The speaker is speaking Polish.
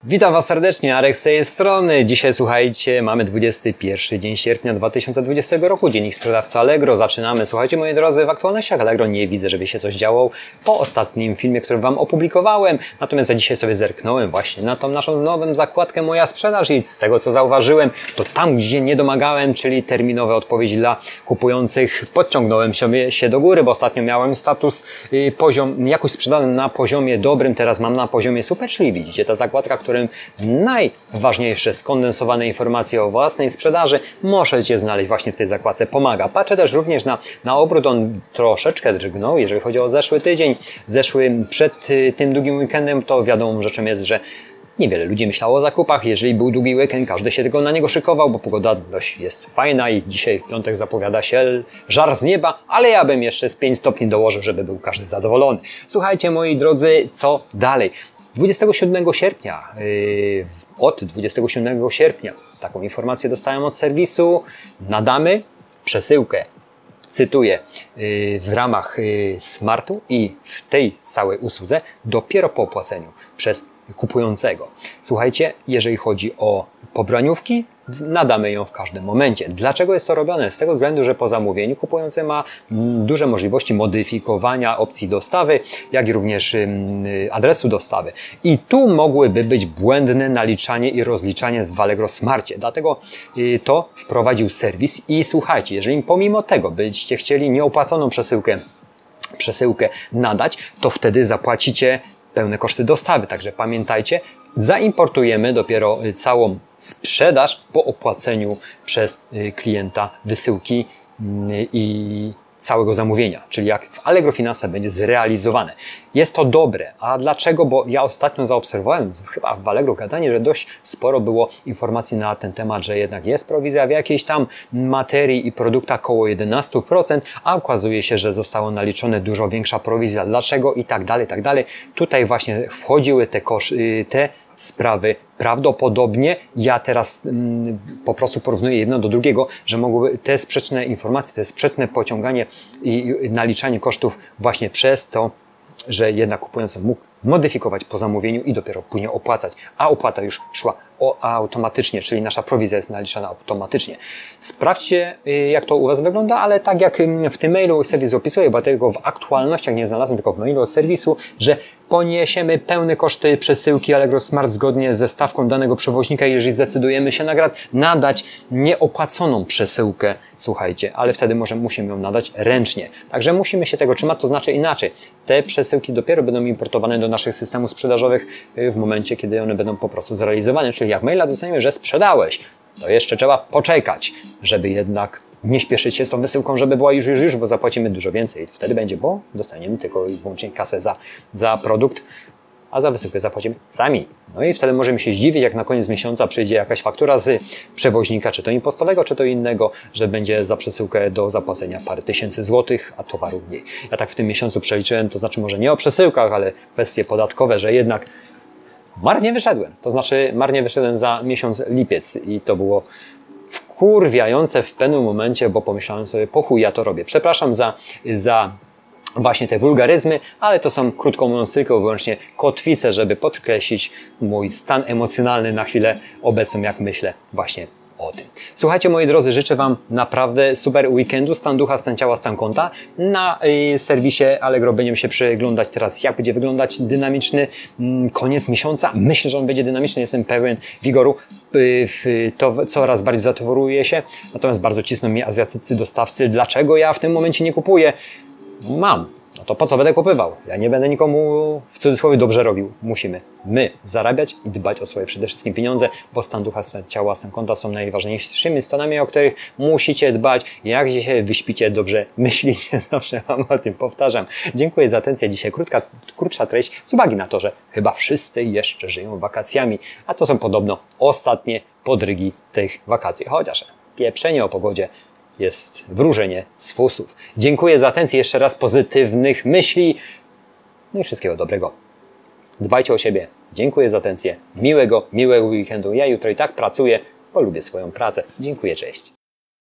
Witam Was serdecznie, Arek z tej strony. Dzisiaj słuchajcie, mamy 21 dzień sierpnia 2020 roku, dziennik sprzedawca Allegro. Zaczynamy. Słuchajcie, moi drodzy, w aktualnościach Allegro nie widzę, żeby się coś działo po ostatnim filmie, który Wam opublikowałem. Natomiast ja dzisiaj sobie zerknąłem właśnie na tą naszą nową zakładkę Moja Sprzedaż i z tego co zauważyłem, to tam gdzie nie domagałem, czyli terminowe odpowiedzi dla kupujących, podciągnąłem się do góry, bo ostatnio miałem status jakoś sprzedany na poziomie dobrym, teraz mam na poziomie super, czyli widzicie, ta zakładka, którym najważniejsze skondensowane informacje o własnej sprzedaży możecie znaleźć właśnie w tej zakładce Pomaga. Patrzę też również na obrót, on troszeczkę drgnął, jeżeli chodzi o zeszły tydzień. Przed tym długim weekendem to wiadomą rzeczą jest, że niewiele ludzi myślało o zakupach. Jeżeli był długi weekend, każdy się tylko na niego szykował, bo pogoda dość jest fajna i dzisiaj w piątek zapowiada się żar z nieba, ale ja bym jeszcze z 5 stopni dołożył, żeby był każdy zadowolony. Słuchajcie, moi drodzy, co dalej? 27 sierpnia, od 27 sierpnia taką informację dostałem od serwisu, nadamy przesyłkę, cytuję, w ramach Smartu i w tej całej usłudze dopiero po opłaceniu przez kupującego. Słuchajcie, jeżeli chodzi o pobraniówki, nadamy ją w każdym momencie. Dlaczego jest to robione? Z tego względu, że po zamówieniu kupujący ma duże możliwości modyfikowania opcji dostawy, jak i również adresu dostawy. I tu mogłyby być błędne naliczanie i rozliczanie w Allegro Smarcie. Dlatego to wprowadził serwis i słuchajcie, jeżeli pomimo tego byście chcieli nieopłaconą przesyłkę nadać, to wtedy zapłacicie pełne koszty dostawy. Także pamiętajcie, zaimportujemy dopiero całą sprzedaż po opłaceniu przez klienta wysyłki i całego zamówienia, czyli jak w Allegro Finanse będzie zrealizowane. Jest to dobre. A dlaczego? Bo ja ostatnio zaobserwowałem, chyba w Allegro gadanie, że dość sporo było informacji na ten temat, że jednak jest prowizja w jakiejś tam materii i produktach około 11%, a okazuje się, że zostało naliczone dużo większa prowizja. Dlaczego? I tak dalej, tak dalej. Tutaj właśnie wchodziły te sprawy. Prawdopodobnie ja teraz po prostu porównuję jedno do drugiego, że mogłyby te sprzeczne informacje, te sprzeczne pociąganie i naliczanie kosztów właśnie przez to, że jednak kupujący mógł modyfikować po zamówieniu i dopiero później opłacać, a opłata już szła automatycznie, czyli nasza prowizja jest naliczana automatycznie. Sprawdźcie, jak to u Was wygląda, ale tak jak w tym mailu serwis opisuje, bo tego w aktualnościach nie znalazłem, tylko w mailu od serwisu, że poniesiemy pełne koszty przesyłki Allegro Smart zgodnie ze stawką danego przewoźnika, jeżeli zdecydujemy się nadać nieopłaconą przesyłkę, słuchajcie, ale wtedy musimy ją nadać ręcznie. Także musimy się tego trzymać, to znaczy inaczej. Te przesyłki dopiero będą importowane do naszych systemów sprzedażowych w momencie, kiedy one będą po prostu zrealizowane, czyli jak maila dostaniemy, że sprzedałeś, to jeszcze trzeba poczekać, żeby jednak nie śpieszyć się z tą wysyłką, żeby była już, bo zapłacimy dużo więcej. Wtedy będzie, bo dostaniemy tylko i wyłącznie kasę za produkt, a za wysyłkę zapłacimy sami. No i wtedy możemy się zdziwić, jak na koniec miesiąca przyjdzie jakaś faktura z przewoźnika, czy to impostowego, czy to innego, że będzie za przesyłkę do zapłacenia parę tysięcy złotych, a towaru mniej. Ja tak w tym miesiącu przeliczyłem, to znaczy może nie o przesyłkach, ale kwestie podatkowe, że jednak marnie wyszedłem. To znaczy marnie wyszedłem za miesiąc lipiec i to było wkurwiające w pewnym momencie, bo pomyślałem sobie, po chuj ja to robię. Przepraszam za właśnie te wulgaryzmy, ale to są, krótko mówiąc, tylko wyłącznie kotwice, żeby podkreślić mój stan emocjonalny na chwilę obecną, jak myślę właśnie o tym. Słuchajcie, moi drodzy, życzę Wam naprawdę super weekendu, stan ducha, stan ciała, stan konta. Na serwisie Allegro będziemy się przyglądać teraz, jak będzie wyglądać dynamiczny koniec miesiąca. Myślę, że on będzie dynamiczny, jestem pełen wigoru. To coraz bardziej zatowaruje się, natomiast bardzo cisną mnie azjatyccy dostawcy. Dlaczego ja w tym momencie nie kupuję? Mam. No to po co będę kupywał? Ja nie będę nikomu w cudzysłowie dobrze robił. Musimy my zarabiać i dbać o swoje przede wszystkim pieniądze, bo stan ducha, stan ciała, stan konta są najważniejszymi stanami, o których musicie dbać. Jak dzisiaj wyśpicie, dobrze myślicie, zawsze Wam o tym powtarzam. Dziękuję za atencję. Dzisiaj krótsza treść z uwagi na to, że chyba wszyscy jeszcze żyją wakacjami, a to są podobno ostatnie podrygi tych wakacji. Chociaż pieprzenie o pogodzie jest wróżenie z fusów. Dziękuję za atencję, jeszcze raz pozytywnych myśli, no i wszystkiego dobrego. Dbajcie o siebie. Dziękuję za atencję. Miłego weekendu. Ja jutro i tak pracuję, bo lubię swoją pracę. Dziękuję, cześć.